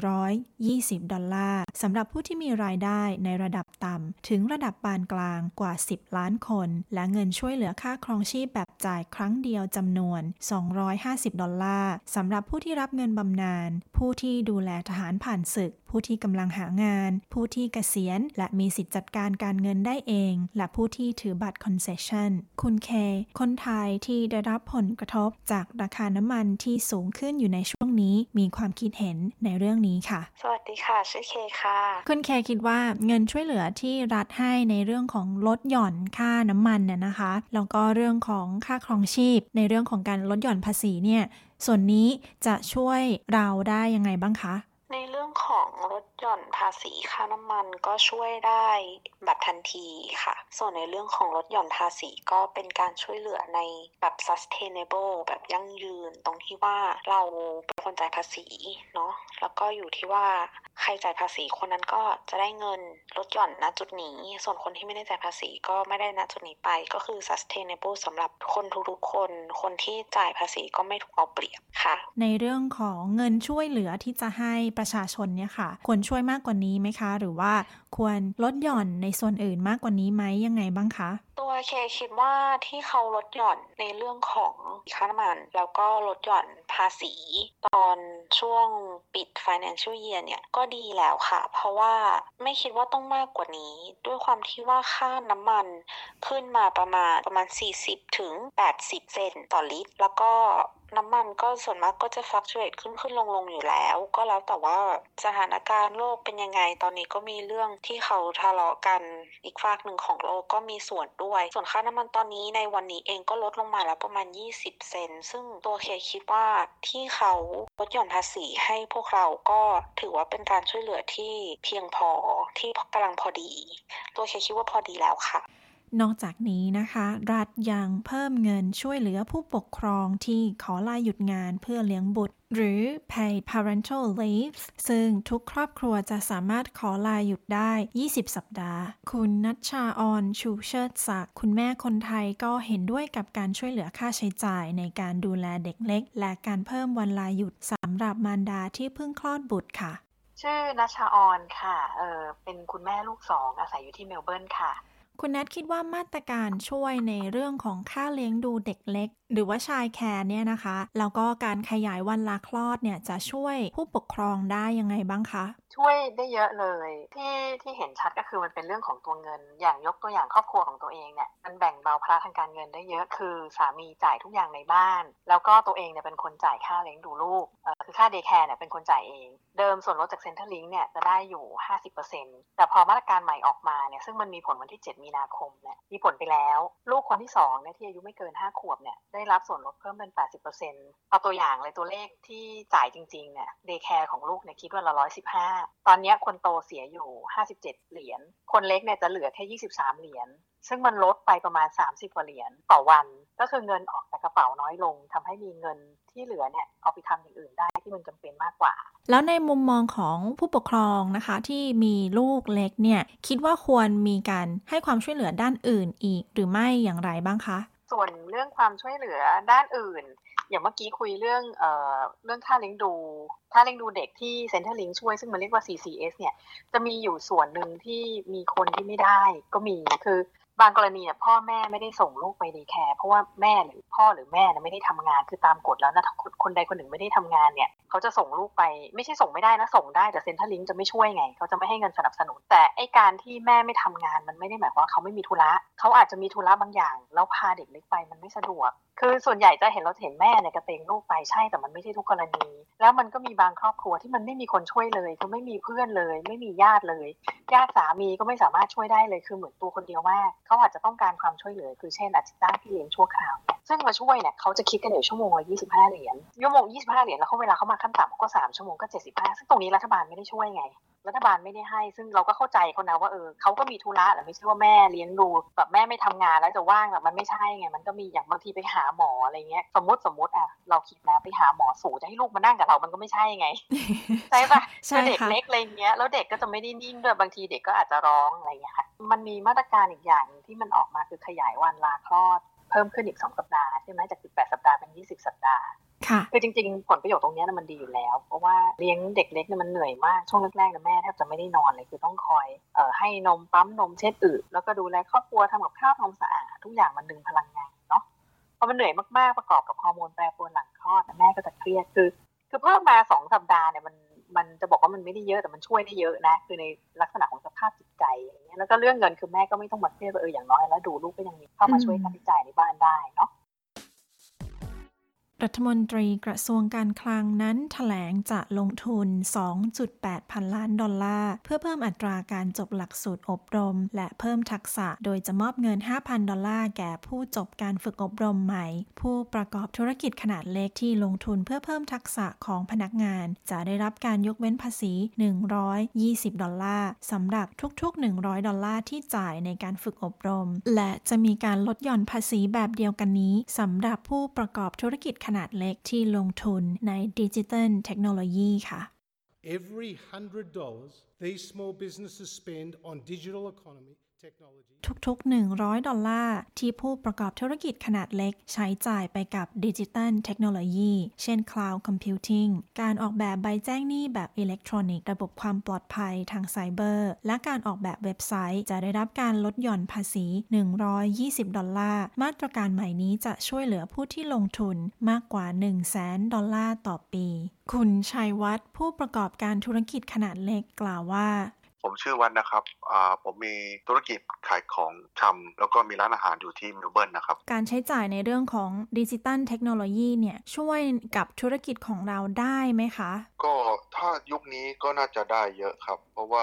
Speaker 6: $420สำหรับผู้ที่มีรายได้ในระดับต่ำถึงระดับปานกลางกว่า10 ล้านคนและเงินช่วยเหลือค่าครองชีพแบบจ่ายครั้งเดียวจำนวน$250สำหรับผู้ที่รับเงินบำนาญผู้ที่ดูแลทหารผ่านศึกผู้ที่กำลังหางานผู้ที่เกษียณและมีสิทธิจัดการการเงินได้เองและผู้ที่ถือบัตรคอนเซสชั่นคุณเคคนไทยที่ได้รับผลกระทบจากราคาน้ำมันที่สูงขึ้นอยู่ในช่วงนี้มีความคิดเห็นในเรื่องนี้ค่ะ
Speaker 8: สวัสดีค่ะชื่อเคค่ะ
Speaker 6: คุณเคคิดว่าเงินช่วยเหลือที่รัฐให้ในเรื่องของลดหย่อนค่าน้ำมันเนี่ยนะคะแล้วก็เรื่องของค่าครองชีพในเรื่องของการลดหย่อนภาษีเนี่ยส่วนนี้จะช่วยเราได้ยังไงบ้างคะ
Speaker 8: ในเรื่องของลดหย่อนภาษีค่าน้ำมันก็ช่วยได้แบบทันทีค่ะส่วนในเรื่องของลดหย่อนภาษีก็เป็นการช่วยเหลือในแบบ sustainable แบบยั่งยืนตรงที่ว่าเราเป็นคนจ่ายภาษีเนาะแล้วก็อยู่ที่ว่าใครจ่ายภาษีคนนั้นก็จะได้เงินลดหย่อนณจุดนี้ส่วนคนที่ไม่ได้จ่ายภาษีก็ไม่ได้ณจุดนี้ไปก็คือ sustainable สำหรับคนทุกๆคนที่จ่ายภาษีก็ไม่ถูกเอาเปรียบค่ะ
Speaker 6: ในเรื่องของเงินช่วยเหลือที่จะให้ประชาชนเนี่ยค่ะควรช่วยมากกว่านี้ไหมคะหรือว่าควรลดหย่อนในส่วนอื่นมากกว่านี้ไหมยังไงบ้างคะ
Speaker 8: ตัวเคคิดว่าที่เขาลดหย่อนในเรื่องของค่าน้ำมันแล้วก็ลดหย่อนภาษีตอนช่วงปิด financial year เนี่ยก็ดีแล้วค่ะเพราะว่าไม่คิดว่าต้องมากกว่านี้ด้วยความที่ว่าค่าน้ำมันขึ้นมาประมาณ40ถึง80 เซนต์ต่อลิตรแล้วก็น้ำมันก็ส่วนมากก็จะ fluctuate ขึ้นลงอยู่แล้วก็แล้วแต่ว่าสถานการณ์โลกเป็นยังไงตอนนี้ก็มีเรื่องที่เขาทะเลาะกันอีกฝากหนึ่งของโลกก็มีส่วนด้วยส่วนค่าน้ำมันตอนนี้ในวันนี้เองก็ลดลงมาแล้วประมาณ20 เซนต์ซึ่งตัวเคคิดว่าที่เขาลดหย่อนภาษีให้พวกเราก็ถือว่าเป็นการช่วยเหลือที่เพียงพอที่กำลังพอดีตัวเคคิดว่าพอดีแล้วค่ะ
Speaker 6: นอกจากนี้นะคะรัฐยังเพิ่มเงินช่วยเหลือผู้ปกครองที่ขอลาหยุดงานเพื่อเลี้ยงบุตรหรือ paid parental leave ซึ่งทุกครอบครัวจะสามารถขอลาหยุดได้20สัปดาห์คุณณัชชาออนชูเชิดศักดิ์คุณแม่คนไทยก็เห็นด้วยกับการช่วยเหลือค่าใช้จ่ายในการดูแลเด็กเล็กและการเพิ่มวันลาหยุดสำหรับมารดาที่เพิ่งคลอดบุตรค่ะ
Speaker 8: ชื่อณัชชาออนค่ะเป็นคุณแม่ลูก2อาศัยอยู่ที่เมลเบิร์นค่ะ
Speaker 6: คุณแนทคิดว่ามาตรการช่วยในเรื่องของค่าเลี้ยงดูเด็กเล็กหรือว่าชายแคร์เนี่ยนะคะแล้วก็การขยายวันลาคลอดเนี่ยจะช่วยผู้ปกครองได้ยังไงบ้างคะ
Speaker 8: ช่วยได้เยอะเลยที่เห็นชัดก็คือมันเป็นเรื่องของตัวเงินอย่างยกตัวอย่างครอบครัวของตัวเองเนี่ยมันแบ่งเบาภาระทางการเงินได้เยอะคือสามีจ่ายทุกอย่างในบ้านแล้วก็ตัวเองเนี่ยเป็นคนจ่ายค่าเลี้ยงดูลูกคือค่าเดย์แคร์เนี่ยเป็นคนจ่ายเองเดิมส่วนลดจากเซ็นเตอร์ลิงก์เนี่ยจะได้อยู่ 50% แต่พอมาตรการใหม่ออกมาเนี่ยซึ่งมันมีผลวันที่7มีนาคมเนี่ยมีผลไปแล้วลูกคนที่2เนี่ยที่อายุไม่เกิน5ขวบเนี่ยได้รับส่วนลดเพิ่มเป็น 80% เอาตัวอย่างเลยตัวเลขที่จ่ายจริงๆเนี่ยเดย์แคร์ของลูกเนี่ยคิดว่า115ตอนนี้คนโตเสียอยู่57เหรียญคนเล็กเนี่ยจะเหลือแค่23เหรียญซึ่งมันลดไปประมาณ30กว่าเหรียญต่อวันก็คือเงินออกจากกระเป๋าน้อยลงทำให้มีเงินที่เหลือเนี่ยเอาไปทำอย่างอื่นได้ที่มันจำเป็นมากกว่า
Speaker 6: แล้วในมุมมองของผู้ปกครองนะคะที่มีลูกเล็กเนี่ยคิดว่าควรมีการให้ความช่วยเหลือด้านอื่นอีกหรือไม่อย่างไรบ้างคะ
Speaker 8: ส่วนเรื่องความช่วยเหลือด้านอื่นอย่างเมื่อกี้คุยเรื่องค่าเลี้ยงดูเด็กที่ Centrelink ช่วยซึ่งมันเรียกว่า CCS เนี่ยจะมีอยู่ส่วนหนึ่งที่มีคนที่ไม่ได้ก็มีคือบางกรณีเนี่ยพ่อแม่ไม่ได้ส่งลูกไปเดย์แคร์เพราะว่าแม่หรือพ่อหรือแม่ไม่ได้ทำงานคือตามกฎแล้วนะคนใดคนหนึ่งไม่ได้ทำงานเนี่ยเขาจะส่งลูกไปไม่ใช่ส่งไม่ได้นะส่งได้แต่ Centrelink จะไม่ช่วยไงเขาจะไม่ให้เงินสนับสนุนแต่ไอ้การที่แม่ไม่ทำงานมันไม่ได้หมายความว่าเขาไม่มีธุระเขาอาจจะมีธุระบางอย่างแล้วพาเด็กเล็กไปมันไม่สะดวกคือส่วนใหญ่จะเห็นแม่เนี่ยกระเตงลูกไปใช่แต่มันไม่ใช่ทุกกรณีแล้วมันก็มีบางครอบครัวที่มันไม่มีคนช่วยเลยคือไม่มีเพื่อนเลยไม่มีญาติเลยญาติสามีก็ไม่สามารถช่วยได้เลยคือเหมือนตัวคนเดียวมากเขาอาจจะต้องการความช่วยเหลือคือเช่นอาจจะจ้างพี่เลี้ยงชั่วคราวซึ่งมาช่วยเนี่ยเขาจะคิดกันอยู่ชั่วโมงละ25เหรียญ25เหรียญแล้วเขาเวลาเขามาขั้นต่ำก็3ชั่วโมงก็75ซึ่งตรงนี้รัฐบาลไม่ได้ช่วยไงรัฐบาลไม่ได้ให้ซึ่งเราก็เข้าใจเขานะว่าเขาก็มีธุระแต่ไม่ใช่ว่าแม่เลี้ยงดูแบบแม่ไม่ทำงานแล้วจะว่างแบบมันไม่ใช่ไงมันก็มีอย่างบางทีไปหาหมออะไรเงี้ยสมมติเราคิดนะไปหาหมอสูจะให้ลูกมานั่งกับเรามันก็ไม่ใช่ไง ใช่ปะเด็กเล็กอะไรเงี้ยแล้วเด็กก็จะไม่ได้นิ่งด้วยบางทีเด็กก็อาจจะร้องอะไรเงี้ยค่ะมันมีมาตรการอีกอย่างที่มันออกมาคือขยายวันลาคลอดเพิ่มขึ้นอีก2สัปดาห์ใช่ไหมจาก18สัปดาห์เป็น20สัปดาห์คือจริงๆผลประโยชน์ตรงนี้มันดีอยู่แล้วเพราะว่าเลี้ยงเด็กเล็กเนี่ยมันเหนื่อยมากช่วงแรกๆแม่แทบจะไม่ได้นอนเลยคือต้องคอยให้นมปั๊มนมเช็ดอึแล้วก็ดูแลครอบครัวทำกับข้าวทำสะอาดทุกอย่างมันดึงพลังงานเนาะพอมันเหนื่อยมากๆประกอบกับฮอร์โมนแปรปรวนหลังคลอดแม่ก็จะเครียดคือเพิ่มมา2สัปดาห์เนี่ยมันจะบอกว่ามันไม่ได้เยอะแต่มันช่วยได้เยอะนะคือในลักษณะของสภาพจิตใจอย่างเงี้ยแล้วก็เรื่องเงินคือแม่ก็ไม่ต้องมาเครียดว่าอย่างน้อยแล้วดูลูกก็ยังมีเข้ามาช่วยค่าใช้จ่ายในบ้านได้เนาะ
Speaker 6: รัฐมนตรีกระทรวงการคลังนั้นแถลงจะลงทุน 2.8 พันล้านดอลลาร์เพื่อเพิ่มอัตราการจบหลักสูตรอบรมและเพิ่มทักษะโดยจะมอบเงิน 5,000 ดอลลาร์แก่ผู้จบการฝึกอบรมใหม่ผู้ประกอบธุรกิจขนาดเล็กที่ลงทุนเพื่อเพิ่มทักษะของพนักงานจะได้รับการยกเว้นภาษี120 ดอลลาร์สำหรับทุกๆ100 ดอลลาร์ที่จ่ายในการฝึกอบรมและจะมีการลดหย่อนภาษีแบบเดียวกันนี้สำหรับผู้ประกอบธุรกิจขนาดเล็กที่ลงทุนในดิจิทัลเทคโนโลยีค่ะ
Speaker 7: Every $100 these small businesses spend on digital economy
Speaker 6: ทุกๆ100 ดอลลาร์ที่ผู้ประกอบธุรกิจขนาดเล็กใช้จ่ายไปกับดิจิทัลเทคโนโลยีเช่น Cloud Computing การออกแบบใบแจ้งหนี้แบบอิเล็กทรอนิกส์ระบบความปลอดภัยทางไซเบอร์และการออกแบบเว็บไซต์จะได้รับการลดหย่อนภาษี120 ดอลลาร์มาตรการใหม่นี้จะช่วยเหลือผู้ที่ลงทุนมากกว่า 100,000 ดอลลาร์ต่อปีคุณชัยวัฒน์ผู้ประกอบการธุรกิจขนาดเล็กกล่าวว่า
Speaker 9: ผมชื่อวัฒน์นะครับผมมีธุรกิจขายของชำแล้วก็มีร้านอาหารอยู่ที่เมลเบิร์นนะครับ
Speaker 6: การใช้จ่ายในเรื่องของดิจิทัลเทคโนโลยีเนี่ยช่วยกับธุรกิจของเราได้ไหมคะ
Speaker 9: ก็ถ้ายุคนี้ก็น่าจะได้เยอะครับเพราะว่า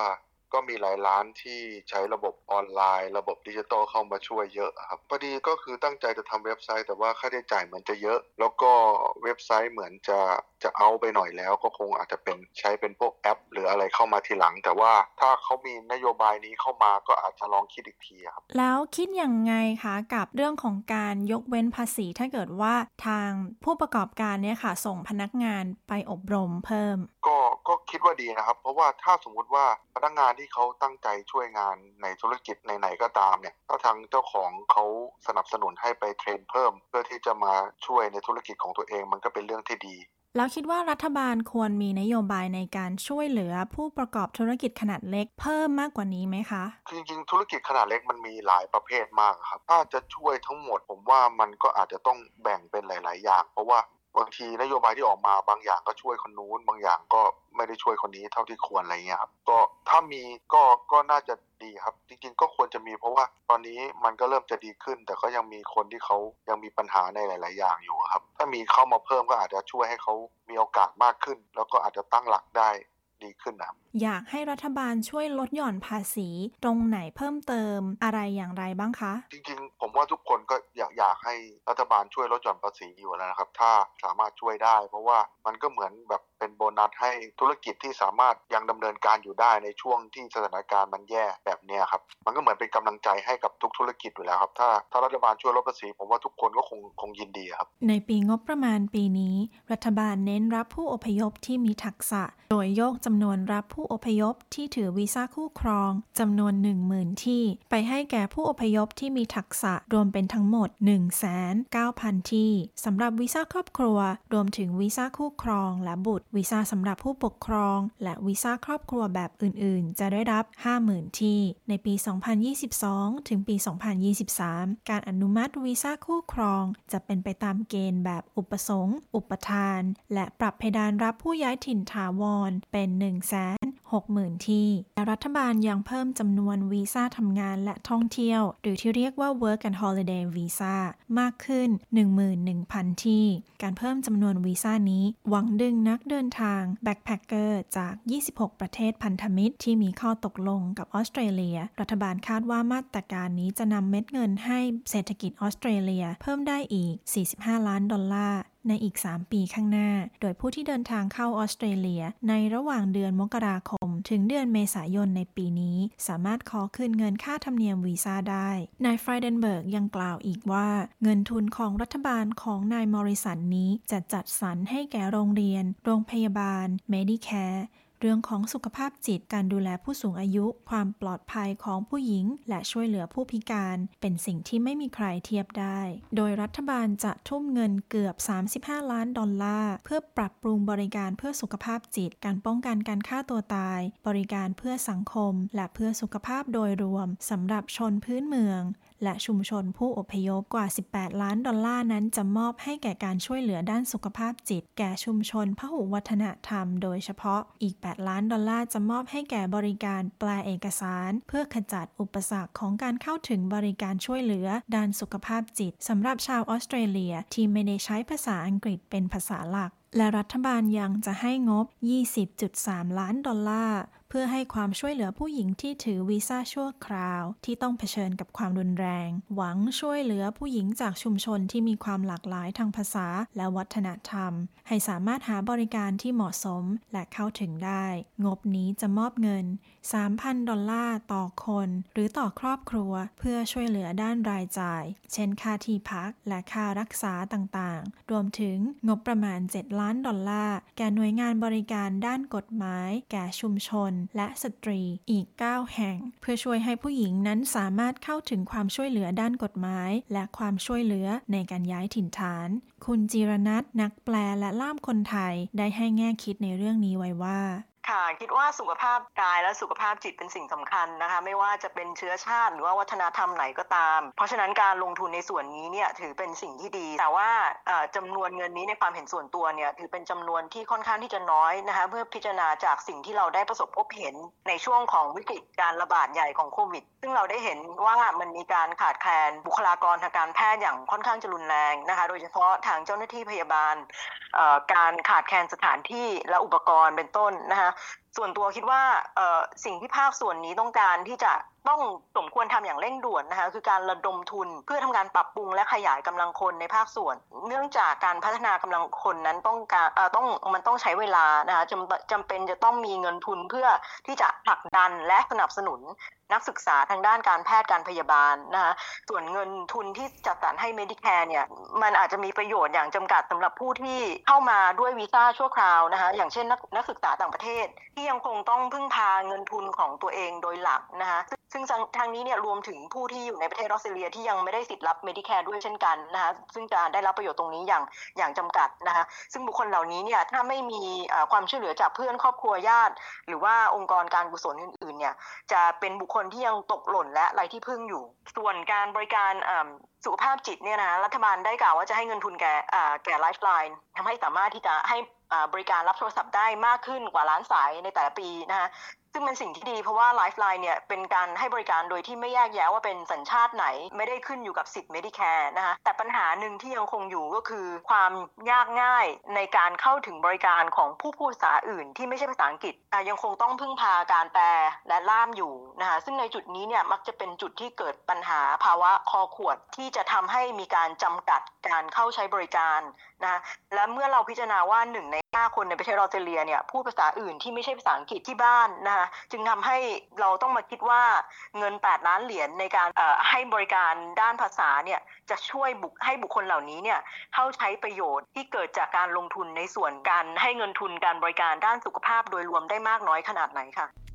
Speaker 9: ก็มีหลายร้านที่ใช้ระบบออนไลน์ระบบดิจิทัลเข้ามาช่วยเยอะครับพอดีก็คือตั้งใจจะทำเว็บไซต์แต่ว่าค่าใช้จ่ายเหมือนจะเยอะแล้วก็เว็บไซต์เหมือนจะเอาไปหน่อยแล้วก็คงอาจจะเป็นใช้เป็นพวกแอปหรืออะไรเข้ามาทีหลังแต่ว่าถ้าเขามีนโยบายนี้เข้ามาก็อาจจะลองคิดอีกทีครับ
Speaker 6: แล้วคิดยังไงคะกับเรื่องของการยกเว้นภาษีถ้าเกิดว่าทางผู้ประกอบการเนี่ยค่ะส่งพนักงานไปอบรมเพิ่ม
Speaker 9: ก็คิดว่าดีนะครับเพราะว่าถ้าสมมุติว่าพนักงานที่เขาตั้งใจช่วยงานในธุรกิจไหนๆก็ตามเนี่ยถ้าทางเจ้าของเขาสนับสนุนให้ไปเทรนเพิ่มเพื่อที่จะมาช่วยในธุรกิจของตัวเองมันก็เป็นเรื่องที่ดี
Speaker 6: แล้วคิดว่ารัฐบาลควรมีนโยบายในการช่วยเหลือผู้ประกอบธุรกิจขนาดเล็กเพิ่มมากกว่านี้ไหมคะ
Speaker 9: จริงๆธุรกิจขนาดเล็กมันมีหลายประเภทมากครับถ้าจะช่วยทั้งหมดผมว่ามันก็อาจจะต้องแบ่งเป็นหลายๆอย่างเพราะว่าบางทีนโยบายที่ออกมาบางอย่างก็ช่วยคนนู้นบางอย่างก็ไม่ได้ช่วยคนนี้เท่าที่ควรอะไรเงี้ยครับก็ถ้ามีก็น่าจะดีครับจริงๆก็ควรจะมีเพราะว่าตอนนี้มันก็เริ่มจะดีขึ้นแต่ก็ยังมีคนที่เขายังมีปัญหาในหลายๆอย่างอยู่ครับถ้ามีเข้ามาเพิ่มก็อาจจะช่วยให้เขามีโอกาสมากขึ้นแล้วก็อาจจะตั้งหลักได้ดีขึ้นนะ
Speaker 6: อยากให้รัฐบาลช่วยลดหย่อนภาษีตรงไหนเพิ่มเติมอะไรอย่างไรบ้างคะ
Speaker 9: จริงๆผมว่าทุกคนก็อยากให้รัฐบาลช่วยลดหย่อนภาษีอยู่แล้วนะครับถ้าสามารถช่วยได้เพราะว่ามันก็เหมือนแบบเป็นโบนัสให้ธุรกิจที่สามารถยังดำเนินการอยู่ได้ในช่วงที่สถานการณ์มันแย่แบบนี้ครับมันก็เหมือนเป็นกำลังใจให้กับทุกธุรกิจอยู่แล้วครับถ้ารัฐบาลช่วยลดภาษีผมว่าทุกคนก็คงยินดีครับ
Speaker 6: ในปีงบประมาณปีนี้รัฐบาลเน้นรับผู้อพยพที่มีทักษะโดยโยกจำนวนรับผู้อพยพที่ถือวีซ่าคู่ครองจำนวน 10,000 ที่ไปให้แก่ผู้อพยพที่มีทักษะรวมเป็นทั้งหมด 1,900,000 ที่สำหรับวีซ่าครอบครัวรวมถึงวีซ่าคู่ครองและบุตรวีซ่าสำหรับผู้ปกครองและวีซ่าครอบครัวแบบอื่นๆจะได้รับ 50,000 ที่ในปี 2022 ถึงปี 2023 การอนุมัติวีซ่าคู่ครองจะเป็นไปตามเกณฑ์แบบอุปสงค์อุปทานและปรับเพดานรับผู้ย้ายถิ่นถาวรเป็น 160,000 ที่และรัฐบาลยังเพิ่มจำนวนวีซ่าทำงานและท่องเที่ยวหรือที่เรียกว่า Work and Holiday Visa มากขึ้น 11,000 ที่การเพิ่มจำนวนวีซ่านี้หวังดึงนักเดินทางแบ็คแพคเกอร์จาก 26 ประเทศพันธมิตรที่มีข้อตกลงกับออสเตรเลียรัฐบาลคาดว่ามาตรการนี้จะนำเม็ดเงินให้เศรษฐกิจออสเตรเลียเพิ่มได้อีก$45 ล้านในอีก 3 ปีข้างหน้าโดยผู้ที่เดินทางเข้าออสเตรเลียในระหว่างเดือนมกราคมถึงเดือนเมษายนในปีนี้สามารถขอคืนเงินค่าธรรมเนียมวีซ่าได้นายไฟเดนเบิร์กยังกล่าวอีกว่าเงินทุนของรัฐบาลของนายมอริสันนี้จะจัดสรรให้แก่โรงเรียนโรงพยาบาล Medicareเรื่องของสุขภาพจิตการดูแลผู้สูงอายุความปลอดภัยของผู้หญิงและช่วยเหลือผู้พิการเป็นสิ่งที่ไม่มีใครเทียบได้โดยรัฐบาลจะทุ่มเงินเกือบ$35 ล้านเพื่อปรับปรุงบริการเพื่อสุขภาพจิตการป้องกันการฆ่าตัวตายบริการเพื่อสังคมและเพื่อสุขภาพโดยรวมสำหรับชนพื้นเมืองและชุมชนผู้อพยพกว่า$18 ล้านนั้นจะมอบให้แก่การช่วยเหลือด้านสุขภาพจิตแก่ชุมชนพหุวัฒนธรรมโดยเฉพาะอีก$8 ล้านจะมอบให้แก่บริการแปลเอกสารเพื่อขจัดอุปสรรคของการเข้าถึงบริการช่วยเหลือด้านสุขภาพจิตสำหรับชาวออสเตรเลียที่ไม่ได้ใช้ภาษาอังกฤษเป็นภาษาหลักและรัฐบาลยังจะให้งบ$20.3 ล้านเพื่อให้ความช่วยเหลือผู้หญิงที่ถือวีซ่าชั่วคราวที่ต้องเผชิญกับความรุนแรงหวังช่วยเหลือผู้หญิงจากชุมชนที่มีความหลากหลายทางภาษาและวัฒนธรรมให้สามารถหาบริการที่เหมาะสมและเข้าถึงได้งบนี้จะมอบเงิน$3,000 ต่อคนหรือต่อครอบครัวเพื่อช่วยเหลือด้านรายจ่ายเช่นค่าที่พักและค่ารักษาต่างๆรวมถึงงบประมาณ$7 ล้านแก่หน่วยงานบริการด้านกฎหมายแก่ชุมชนและสตรีอีก9แห่งเพื่อช่วยให้ผู้หญิงนั้นสามารถเข้าถึงความช่วยเหลือด้านกฎหมายและความช่วยเหลือในการย้ายถิ่นฐานคุณจิรนัทนักแปลและล่ามคนไทยได้ให้แง่คิดในเรื่องนี้ไว้ว่า
Speaker 10: ค่ะคิดว่าสุขภาพกายและสุขภาพจิตเป็นสิ่งสำคัญนะคะไม่ว่าจะเป็นเชื้อชาติหรือว่าวัฒนธรรมไหนก็ตามเพราะฉะนั้นการลงทุนในส่วนนี้เนี่ยถือเป็นสิ่งที่ดีแต่ว่าจำนวนเงินนี้ในความเห็นส่วนตัวเนี่ยถือเป็นจำนวนที่ค่อนข้างที่จะน้อยนะคะเพื่อพิจารณาจากสิ่งที่เราได้ประสบพบเห็นในช่วงของวิกฤตการระบาดใหญ่ของโควิดซึ่งเราได้เห็นว่ามันมีการขาดแคลนบุคลากรทางการแพทย์อย่างค่อนข้างจะรุนแรงนะคะโดยเฉพาะทางเจ้าหน้าที่พยาบาลการขาดแคลนสถานที่และอุปกรณ์เป็นต้นนะคะส่วนตัวคิดว่าสิ่งที่ภาคส่วนนี้ต้องการที่จะต้องสมควรทำอย่างเร่งด่วนนะคะคือการระดมทุนเพื่อทำการปรับปรุงและขยายกำลังคนในภาคส่วนเนื่องจากการพัฒนากำลังคนนั้นมันต้องใช้เวลานะคะจำเป็นจะต้องมีเงินทุนเพื่อที่จะผลักดันและสนับสนุนนักศึกษาทางด้านการแพทย์การพยาบาลนะคะส่วนเงินทุนที่จัดสรรให้ Medicare เนี่ยมันอาจจะมีประโยชน์อย่างจำกัดสำหรับผู้ที่เข้ามาด้วยวีซ่าชั่วคราวนะคะอย่างเช่นนักศึกษาต่างประเทศที่ยังคงต้องพึ่งพาเงินทุนของตัวเองโดยหลักนะคะซึ่งทางนี้เนี่ยรวมถึงผู้ที่อยู่ในประเทศออสเตรเลียที่ยังไม่ได้สิทธิ์รับ Medicare ด้วยเช่นกันนะคะซึ่งจะได้รับประโยชน์ตรงนี้อย่างจำกัดนะคะซึ่งบุคคลเหล่านี้เนี่ยถ้าไม่มีความช่วยเหลือจากเพื่อนครอบครัวญาติหรือว่าองค์กรการกุศลอื่นๆเนี่ยจะเป็นบุคคลที่ยังตกหล่นและไร้ที่พึ่งอยู่ส่วนการบริการสุขภาพจิตเนี่ยนะรัฐบาลได้กล่าวว่าจะให้เงินทุนแก่ Lifeline ทำให้สามารถที่จะให้บริการรับโทรศัพท์ได้มากขึ้นกว่าล้านสายในแต่ละปีนะคะซึ่งเป็นสิ่งที่ดีเพราะว่า Lifeline เนี่ยเป็นการให้บริการโดยที่ไม่แยกแยะว่าเป็นสัญชาติไหนไม่ได้ขึ้นอยู่กับสิทธิ์ Medicare นะคะแต่ปัญหาหนึ่งที่ยังคงอยู่ก็คือความยากง่ายในการเข้าถึงบริการของผู้พูดภาษาอื่นที่ไม่ใช่ภาษาอังกฤษยังคงต้องพึ่งพาการแปลและล่ามอยู่นะคะซึ่งในจุดนี้เนี่ยมักจะเป็นจุดที่เกิดปัญหาภาวะคอขวดที่จะทำให้มีการจำกัดการเข้าใช้บริการนะและเมื่อเราพิจารณาว่า1 ใน 5คนในประเทศออสเตรเลียเนี่ยพูดภาษาอื่นที่ไม่ใช่ภาษาอังกฤษที่บ้านนะคะจึงทำให้เราต้องมาคิดว่าเงิน8 ล้านเหรียญในการให้บริการด้านภาษาเนี่ยจะช่วยให้บุคคลเหล่านี้เนี่ยเข้าใช้ประโยชน์ที่เกิดจากการลงทุนในส่วนการให้เงินทุนการบริการด้านสุขภาพโดยรวมได้มากน้อยขนาดไหนค่ะ